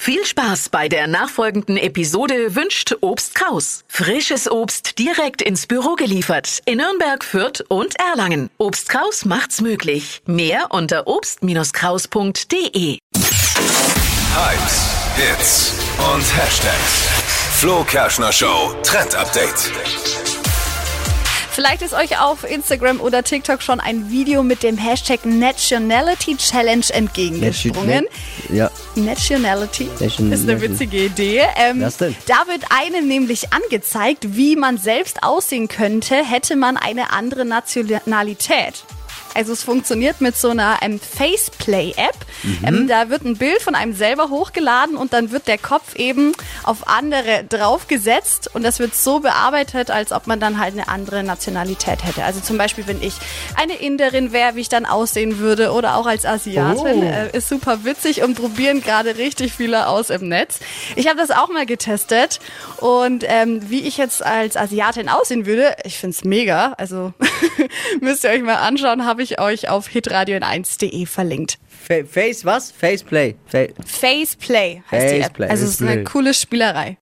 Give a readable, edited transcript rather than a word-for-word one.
Viel Spaß bei der nachfolgenden Episode wünscht Obst Kraus. Frisches Obst direkt ins Büro geliefert in Nürnberg, Fürth und Erlangen. Obst Kraus macht's möglich. Mehr unter obst-kraus.de. Hypes, Hits und Hashtags. Flo Kerschner Show Trend Update. Vielleicht ist euch auf Instagram oder TikTok schon ein Video mit dem Hashtag Nationality Challenge entgegengesprungen. Nationality ist eine witzige Idee. Was denn? Da wird einem nämlich angezeigt, wie man selbst aussehen könnte, hätte man eine andere Nationalität. Also es funktioniert mit so einer Faceplay-App. Da wird ein Bild von einem selber hochgeladen und dann wird der Kopf eben auf andere draufgesetzt und das wird so bearbeitet, als ob man dann halt eine andere Nationalität hätte. Also zum Beispiel, wenn ich eine Inderin wäre, wie ich dann aussehen würde oder auch als Asiatin. Ist super witzig und probieren gerade richtig viele aus im Netz. Ich habe das auch mal getestet und wie ich jetzt als Asiatin aussehen würde, ich finde es mega. Also müsst ihr euch mal anschauen, habe ich euch auf hitradio1.de verlinkt. Faceplay. Faceplay heißt die App. Also es ist eine coole Spielerei.